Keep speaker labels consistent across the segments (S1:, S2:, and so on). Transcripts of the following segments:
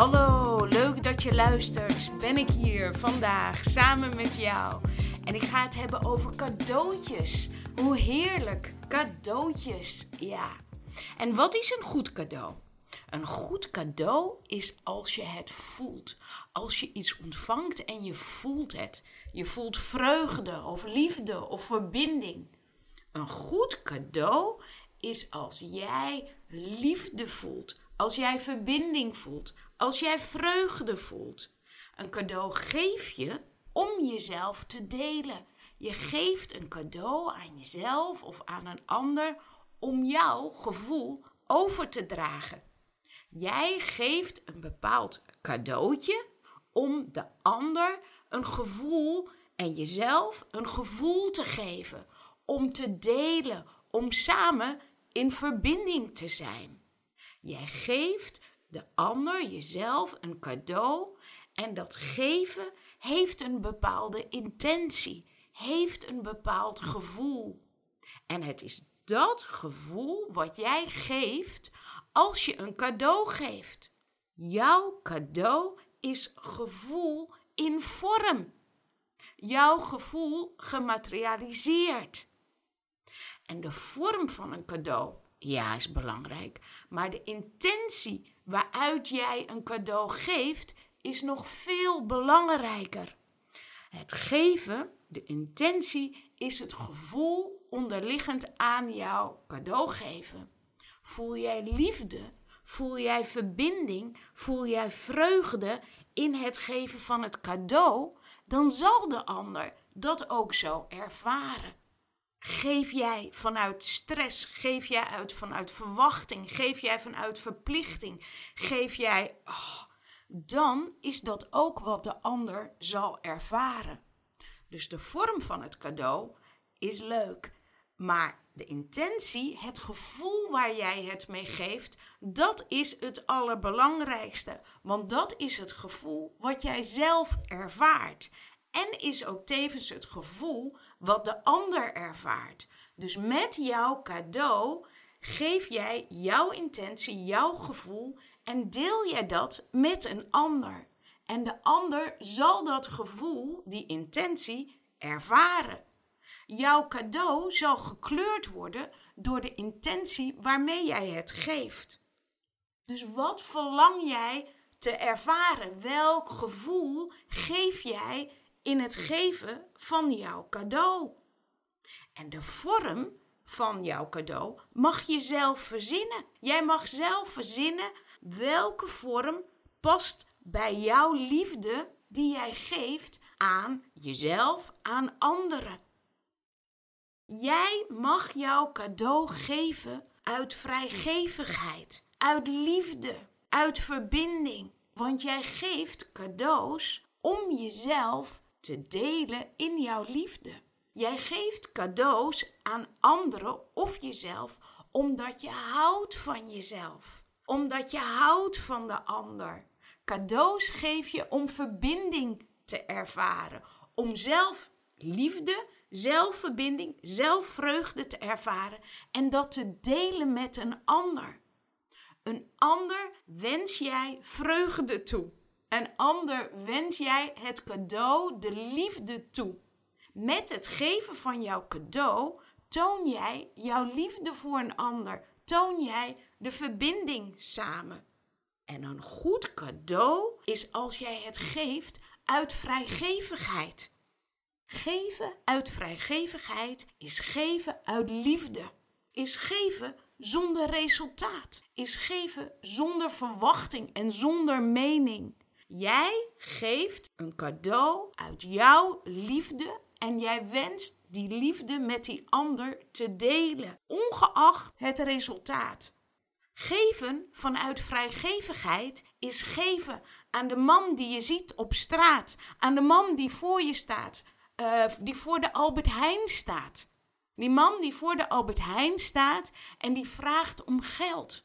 S1: Hallo, leuk dat je luistert. Ben ik hier vandaag samen met jou. En ik ga het hebben over cadeautjes. Hoe heerlijk, cadeautjes, ja. En wat is een goed cadeau? Een goed cadeau is als je het voelt. Als je iets ontvangt en je voelt het. Je voelt vreugde of liefde of verbinding. Een goed cadeau is als jij liefde voelt. Als jij verbinding voelt. Als jij vreugde voelt. Een cadeau geef je om jezelf te delen. Je geeft een cadeau aan jezelf of aan een ander om jouw gevoel over te dragen. Jij geeft een bepaald cadeautje om de ander een gevoel en jezelf een gevoel te geven. Om te delen, om samen in verbinding te zijn. Jij geeft de ander, jezelf, een cadeau en dat geven heeft een bepaalde intentie, heeft een bepaald gevoel. En het is dat gevoel wat jij geeft als je een cadeau geeft. Jouw cadeau is gevoel in vorm. Jouw gevoel gematerialiseerd. En de vorm van een cadeau, ja, is belangrijk. Maar de intentie waaruit jij een cadeau geeft, is nog veel belangrijker. Het geven, de intentie, is het gevoel onderliggend aan jouw cadeau geven. Voel jij liefde? Voel jij verbinding? Voel jij vreugde in het geven van het cadeau? Dan zal de ander dat ook zo ervaren. Geef jij vanuit stress, geef jij vanuit verwachting, geef jij vanuit verplichting, geef jij, dan is dat ook wat de ander zal ervaren. Dus de vorm van het cadeau is leuk, maar de intentie, het gevoel waar jij het mee geeft, dat is het allerbelangrijkste. Want dat is het gevoel wat jij zelf ervaart. En is ook tevens het gevoel wat de ander ervaart. Dus met jouw cadeau geef jij jouw intentie, jouw gevoel en deel jij dat met een ander. En de ander zal dat gevoel, die intentie, ervaren. Jouw cadeau zal gekleurd worden door de intentie waarmee jij het geeft. Dus wat verlang jij te ervaren? Welk gevoel geef jij in het geven van jouw cadeau? En de vorm van jouw cadeau mag je zelf verzinnen. Jij mag zelf verzinnen welke vorm past bij jouw liefde die jij geeft aan jezelf, aan anderen. Jij mag jouw cadeau geven uit vrijgevigheid, uit liefde, uit verbinding. Want jij geeft cadeaus om jezelf te delen in jouw liefde. Jij geeft cadeaus aan anderen of jezelf omdat je houdt van jezelf. Omdat je houdt van de ander. Cadeaus geef je om verbinding te ervaren. Om zelf liefde, zelfverbinding, zelfvreugde te ervaren. En dat te delen met een ander. Een ander wens jij vreugde toe. Een ander wens jij het cadeau, de liefde toe. Met het geven van jouw cadeau toon jij jouw liefde voor een ander. Toon jij de verbinding samen. En een goed cadeau is als jij het geeft uit vrijgevigheid. Geven uit vrijgevigheid is geven uit liefde. Is geven zonder resultaat. Is geven zonder verwachting en zonder mening. Jij geeft een cadeau uit jouw liefde en jij wenst die liefde met die ander te delen, ongeacht het resultaat. Geven vanuit vrijgevigheid is geven aan de man die je ziet op straat, aan de man die voor je staat, die voor de Albert Heijn staat. Die man die voor de Albert Heijn staat en die vraagt om geld.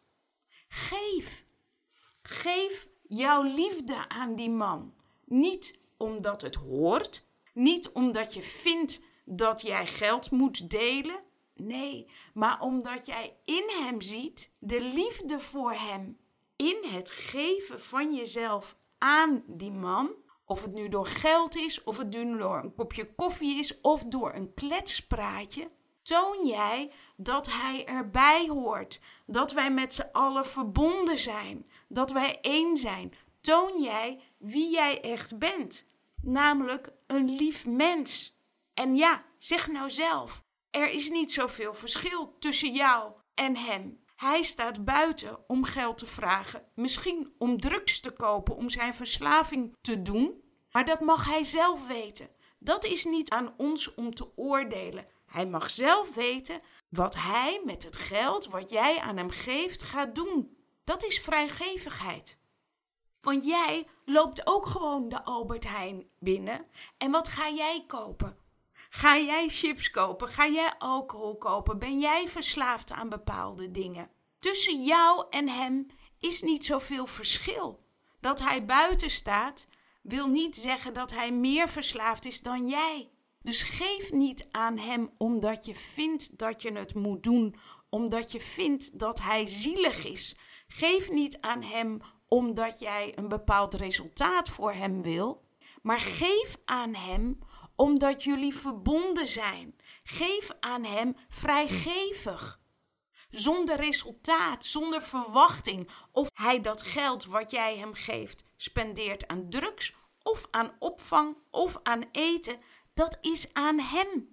S1: Geef jouw liefde aan die man. Niet omdat het hoort, niet omdat je vindt dat jij geld moet delen. Nee, maar omdat jij in hem ziet de liefde voor hem. in het geven van jezelf aan die man, of het nu door geld is, of het nu door een kopje koffie is, of door een kletspraatje, toon jij dat hij erbij hoort. Dat wij met z'n allen verbonden zijn. Dat wij één zijn. Toon jij wie jij echt bent. Namelijk een lief mens. En ja, zeg nou zelf. Er is niet zoveel verschil tussen jou en hem. Hij staat buiten om geld te vragen. Misschien om drugs te kopen, om zijn verslaving te doen. Maar dat mag hij zelf weten. Dat is niet aan ons om te oordelen. Hij mag zelf weten wat hij met het geld wat jij aan hem geeft gaat doen. Dat is vrijgevigheid. Want jij loopt ook gewoon de Albert Heijn binnen. En wat ga jij kopen? Ga jij chips kopen? Ga jij alcohol kopen? Ben jij verslaafd aan bepaalde dingen? Tussen jou en hem is niet zoveel verschil. Dat hij buiten staat wil niet zeggen dat hij meer verslaafd is dan jij. Dus geef niet aan hem omdat je vindt dat je het moet doen, omdat je vindt dat hij zielig is. Geef niet aan hem omdat jij een bepaald resultaat voor hem wil, maar geef aan hem omdat jullie verbonden zijn. Geef aan hem vrijgevig. Zonder resultaat, zonder verwachting of hij dat geld wat jij hem geeft spendeert aan drugs of aan opvang of aan eten. Dat is aan hem.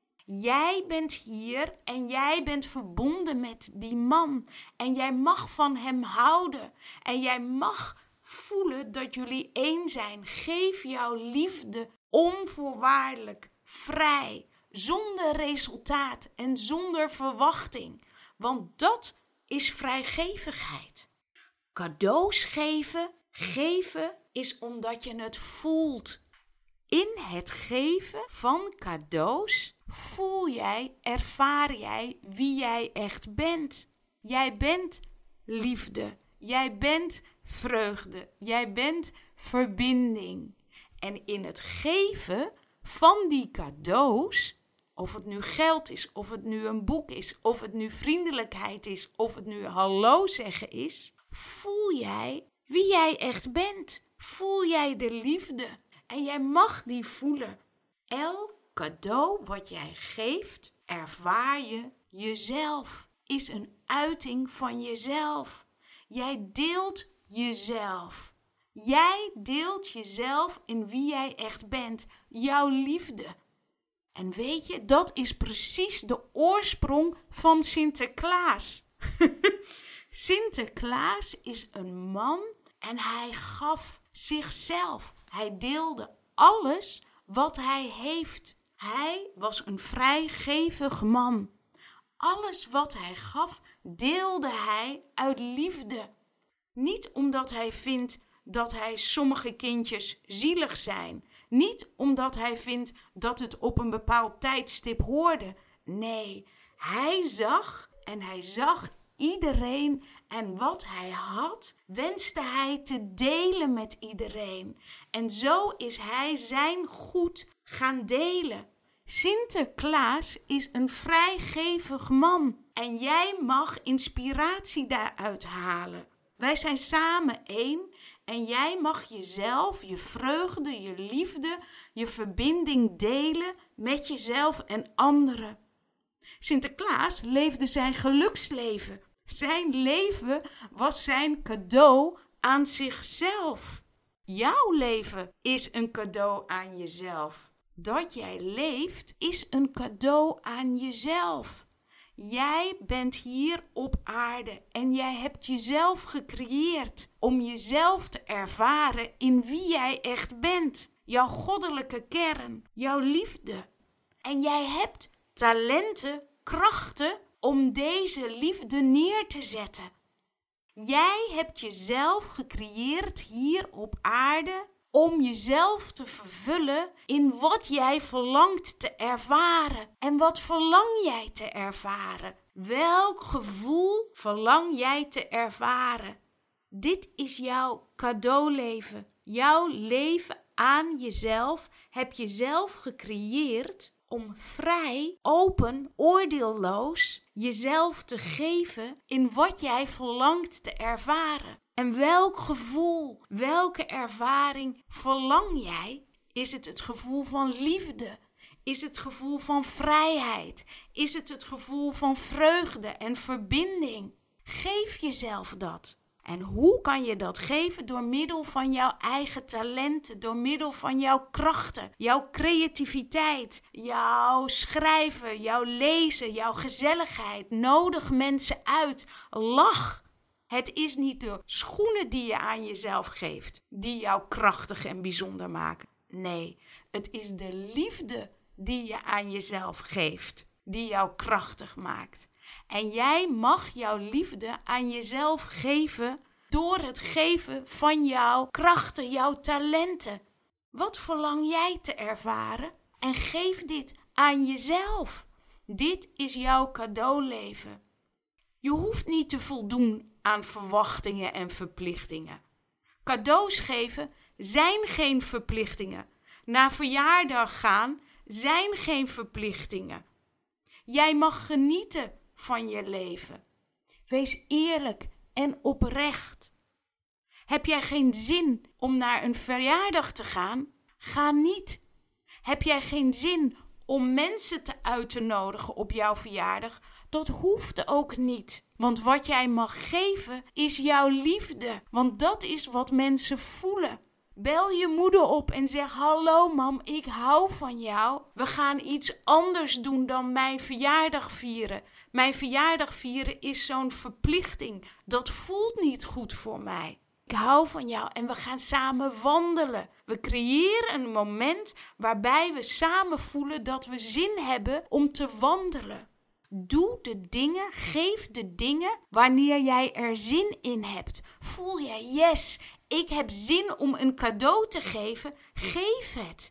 S1: Jij bent hier en jij bent verbonden met die man. En jij mag van hem houden. En jij mag voelen dat jullie één zijn. Geef jouw liefde onvoorwaardelijk, vrij, zonder resultaat en zonder verwachting. Want dat is vrijgevigheid. Cadeaus geven is omdat je het voelt. In het geven van cadeaus voel jij, ervaar jij wie jij echt bent. Jij bent liefde, jij bent vreugde, jij bent verbinding. En in het geven van die cadeaus, of het nu geld is, of het nu een boek is, of het nu vriendelijkheid is, of het nu hallo zeggen is, voel jij wie jij echt bent. Voel jij de liefde. En jij mag die voelen. Elk cadeau wat jij geeft, ervaar je jezelf. Is een uiting van jezelf. Jij deelt jezelf. Jij deelt jezelf in wie jij echt bent. Jouw liefde. En weet je, dat is precies de oorsprong van Sinterklaas. Sinterklaas is een man en hij gaf zichzelf. Hij deelde alles wat hij heeft. Hij was een vrijgevig man. Alles wat hij gaf, deelde hij uit liefde. Niet omdat hij vindt dat hij sommige kindjes zielig zijn. Niet omdat hij vindt dat het op een bepaald tijdstip hoorde. Nee, hij zag iedereen en wat hij had, wenste hij te delen met iedereen. En zo is hij zijn goed gaan delen. Sinterklaas is een vrijgevig man en jij mag inspiratie daaruit halen. Wij zijn samen één en jij mag jezelf, je vreugde, je liefde, je verbinding delen met jezelf en anderen. Sinterklaas leefde zijn geluksleven. Zijn leven was zijn cadeau aan zichzelf. Jouw leven is een cadeau aan jezelf. Dat jij leeft is een cadeau aan jezelf. Jij bent hier op aarde en jij hebt jezelf gecreëerd om jezelf te ervaren in wie jij echt bent. Jouw goddelijke kern, jouw liefde. En jij hebt talenten, krachten om deze liefde neer te zetten. Jij hebt jezelf gecreëerd hier op aarde om jezelf te vervullen in wat jij verlangt te ervaren. En wat verlang jij te ervaren? Welk gevoel verlang jij te ervaren? Dit is jouw cadeauleven. Jouw leven aan jezelf heb je zelf gecreëerd om vrij, open, oordeelloos jezelf te geven in wat jij verlangt te ervaren. En welk gevoel, welke ervaring verlang jij? Is het het gevoel van liefde? Is het gevoel van vrijheid? Is het het gevoel van vreugde en verbinding? Geef jezelf dat. En hoe kan je dat geven? Door middel van jouw eigen talenten, door middel van jouw krachten, jouw creativiteit, jouw schrijven, jouw lezen, jouw gezelligheid. Nodig mensen uit. Lach. Het is niet de schoenen die je aan jezelf geeft, die jou krachtig en bijzonder maken. Nee, het is de liefde die je aan jezelf geeft, die jou krachtig maakt. En jij mag jouw liefde aan jezelf geven door het geven van jouw krachten, jouw talenten. Wat verlang jij te ervaren? En geef dit aan jezelf. Dit is jouw cadeauleven. Je hoeft niet te voldoen aan verwachtingen en verplichtingen. Cadeaus geven zijn geen verplichtingen. Naar verjaardag gaan zijn geen verplichtingen. Jij mag genieten van je leven. Wees eerlijk en oprecht. Heb jij geen zin om naar een verjaardag te gaan? Ga niet. Heb jij geen zin om mensen uit te nodigen op jouw verjaardag? Dat hoeft ook niet. Want wat jij mag geven is jouw liefde. Want dat is wat mensen voelen. Bel je moeder op en zeg: hallo mam, ik hou van jou. We gaan iets anders doen dan mijn verjaardag vieren. Mijn verjaardag vieren is zo'n verplichting. Dat voelt niet goed voor mij. Ik hou van jou en we gaan samen wandelen. We creëren een moment waarbij we samen voelen dat we zin hebben om te wandelen. Doe de dingen, geef de dingen wanneer jij er zin in hebt. Voel jij, yes, ik heb zin om een cadeau te geven, geef het.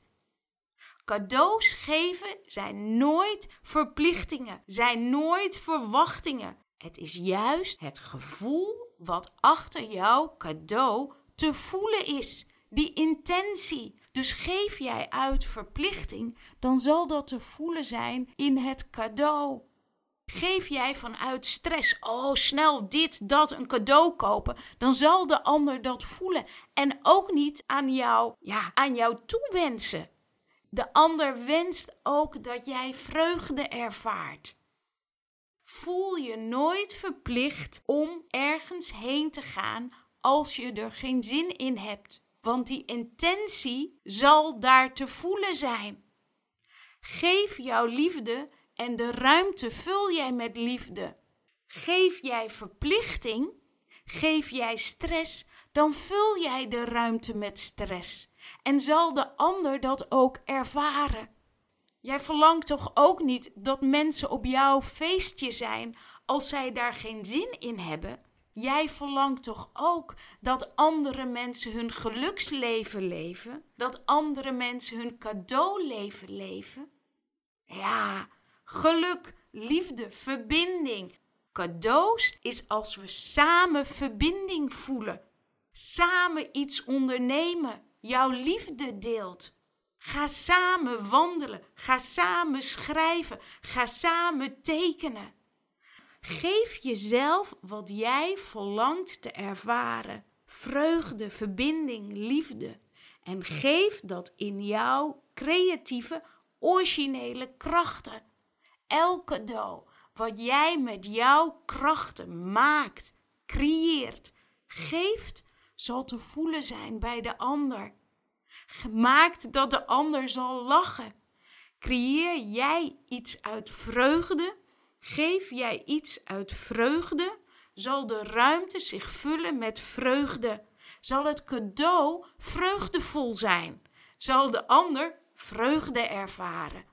S1: Cadeaus geven zijn nooit verplichtingen, zijn nooit verwachtingen. Het is juist het gevoel wat achter jouw cadeau te voelen is. Die intentie. Dus geef jij uit verplichting, dan zal dat te voelen zijn in het cadeau. Geef jij vanuit stress, snel dit, dat, een cadeau kopen, dan zal de ander dat voelen. En ook niet aan jou toewensen. De ander wenst ook dat jij vreugde ervaart. Voel je nooit verplicht om ergens heen te gaan als je er geen zin in hebt. Want die intentie zal daar te voelen zijn. Geef jouw liefde en de ruimte vul jij met liefde. Geef jij verplichting, geef jij stress, dan vul jij de ruimte met stress. En zal de ander dat ook ervaren. Jij verlangt toch ook niet dat mensen op jouw feestje zijn als zij daar geen zin in hebben? Jij verlangt toch ook dat andere mensen hun geluksleven leven? Dat andere mensen hun cadeauleven leven? Ja, geluk, liefde, verbinding. Cadeaus is als we samen verbinding voelen. Samen iets ondernemen. Jouw liefde deelt. Ga samen wandelen. Ga samen schrijven. Ga samen tekenen. Geef jezelf wat jij verlangt te ervaren. Vreugde, verbinding, liefde. En geef dat in jouw creatieve, originele krachten. Elk cadeau wat jij met jouw krachten maakt, creëert, geeft, zal te voelen zijn bij de ander. Maakt dat de ander zal lachen. Creëer jij iets uit vreugde? Geef jij iets uit vreugde? Zal de ruimte zich vullen met vreugde? Zal het cadeau vreugdevol zijn? Zal de ander vreugde ervaren?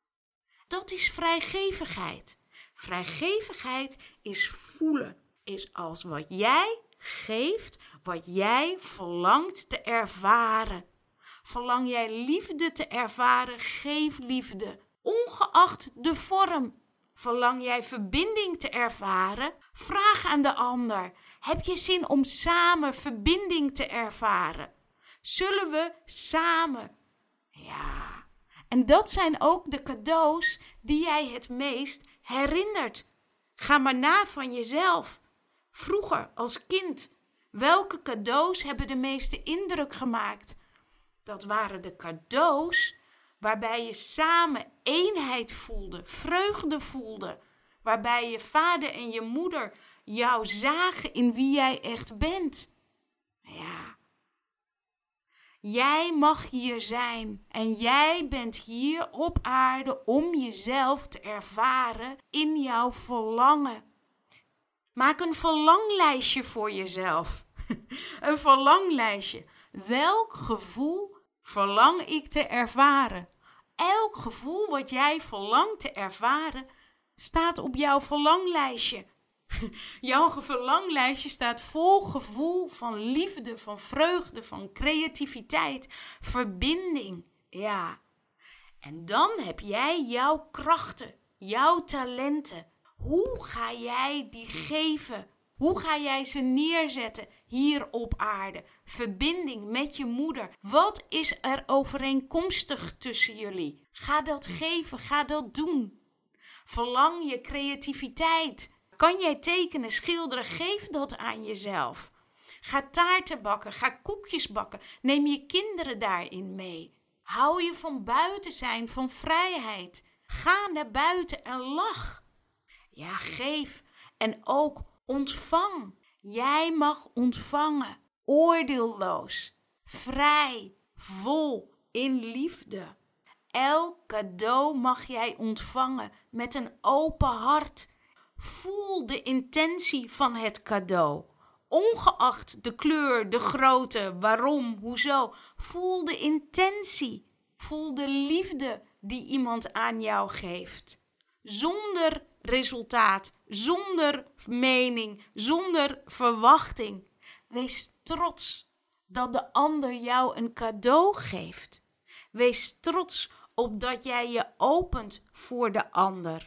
S1: Dat is vrijgevigheid. Vrijgevigheid is voelen. Is als wat jij geeft, wat jij verlangt te ervaren. Verlang jij liefde te ervaren, geef liefde. Ongeacht de vorm. Verlang jij verbinding te ervaren, vraag aan de ander. Heb je zin om samen verbinding te ervaren? Zullen we samen? Ja. En dat zijn ook de cadeaus die jij het meest herinnert. Ga maar na van jezelf. Vroeger als kind, welke cadeaus hebben de meeste indruk gemaakt? Dat waren de cadeaus waarbij je samen eenheid voelde, vreugde voelde. Waarbij je vader en je moeder jou zagen in wie jij echt bent. Ja. Jij mag hier zijn en jij bent hier op aarde om jezelf te ervaren in jouw verlangen. Maak een verlanglijstje voor jezelf. Een verlanglijstje. Welk gevoel verlang ik te ervaren? Elk gevoel wat jij verlangt te ervaren staat op jouw verlanglijstje. Jouw verlanglijstje staat vol gevoel van liefde, van vreugde, van creativiteit, verbinding. Ja. En dan heb jij jouw krachten, jouw talenten. Hoe ga jij die geven? Hoe ga jij ze neerzetten hier op aarde? Verbinding met je moeder. Wat is er overeenkomstig tussen jullie? Ga dat geven, ga dat doen. Verlang je creativiteit. Kan jij tekenen, schilderen? Geef dat aan jezelf. Ga taarten bakken, ga koekjes bakken. Neem je kinderen daarin mee. Hou je van buiten zijn, van vrijheid. Ga naar buiten en lach. Ja, geef. En ook ontvang. Jij mag ontvangen. Oordeelloos. Vrij. Vol. In liefde. Elk cadeau mag jij ontvangen met een open hart. Voel de intentie van het cadeau. Ongeacht de kleur, de grootte, waarom, hoezo. Voel de intentie. Voel de liefde die iemand aan jou geeft. Zonder resultaat, zonder mening, zonder verwachting. Wees trots dat de ander jou een cadeau geeft. Wees trots op dat jij je opent voor de ander.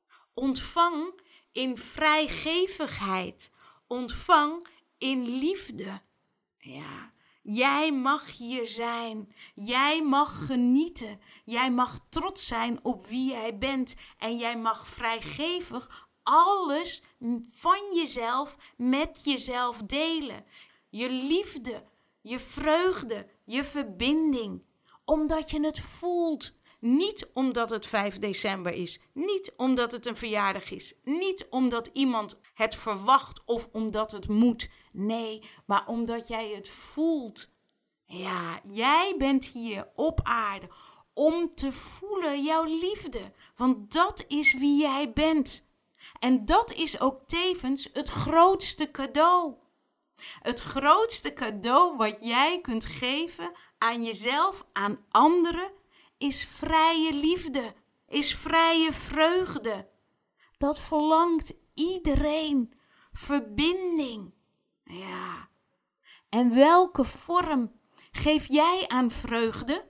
S1: Ontvang in vrijgevigheid. Ontvang in liefde. Ja, jij mag hier zijn. Jij mag genieten. Jij mag trots zijn op wie jij bent. En jij mag vrijgevig alles van jezelf met jezelf delen. Je liefde, je vreugde, je verbinding. Omdat je het voelt. Niet omdat het 5 december is. Niet omdat het een verjaardag is. Niet omdat iemand het verwacht of omdat het moet. Nee, maar omdat jij het voelt. Ja, jij bent hier op aarde om te voelen jouw liefde. Want dat is wie jij bent. En dat is ook tevens het grootste cadeau. Het grootste cadeau wat jij kunt geven aan jezelf, aan anderen, is vrije liefde, is vrije vreugde. Dat verlangt iedereen. Verbinding. Ja. En welke vorm geef jij aan vreugde?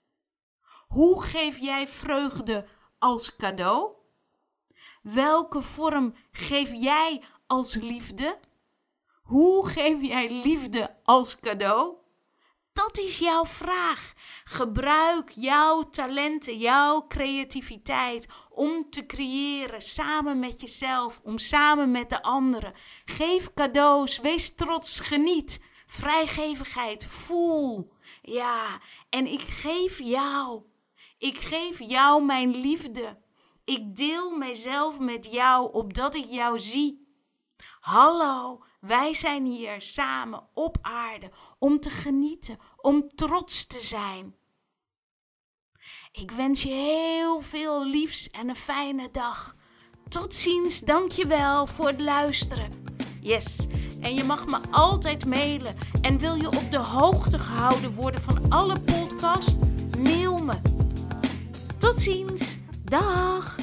S1: Hoe geef jij vreugde als cadeau? Welke vorm geef jij als liefde? Hoe geef jij liefde als cadeau? Dat is jouw vraag. Gebruik jouw talenten, jouw creativiteit om te creëren samen met jezelf, om samen met de anderen. Geef cadeaus, wees trots, geniet. Vrijgevigheid, voel. Ja, en ik geef jou mijn liefde. Ik deel mijzelf met jou opdat ik jou zie. Hallo, wij zijn hier samen op aarde om te genieten, om trots te zijn. Ik wens je heel veel liefs en een fijne dag. Tot ziens, dankjewel voor het luisteren. Yes, en je mag me altijd mailen. En wil je op de hoogte gehouden worden van alle podcasts? Mail me. Tot ziens, dag.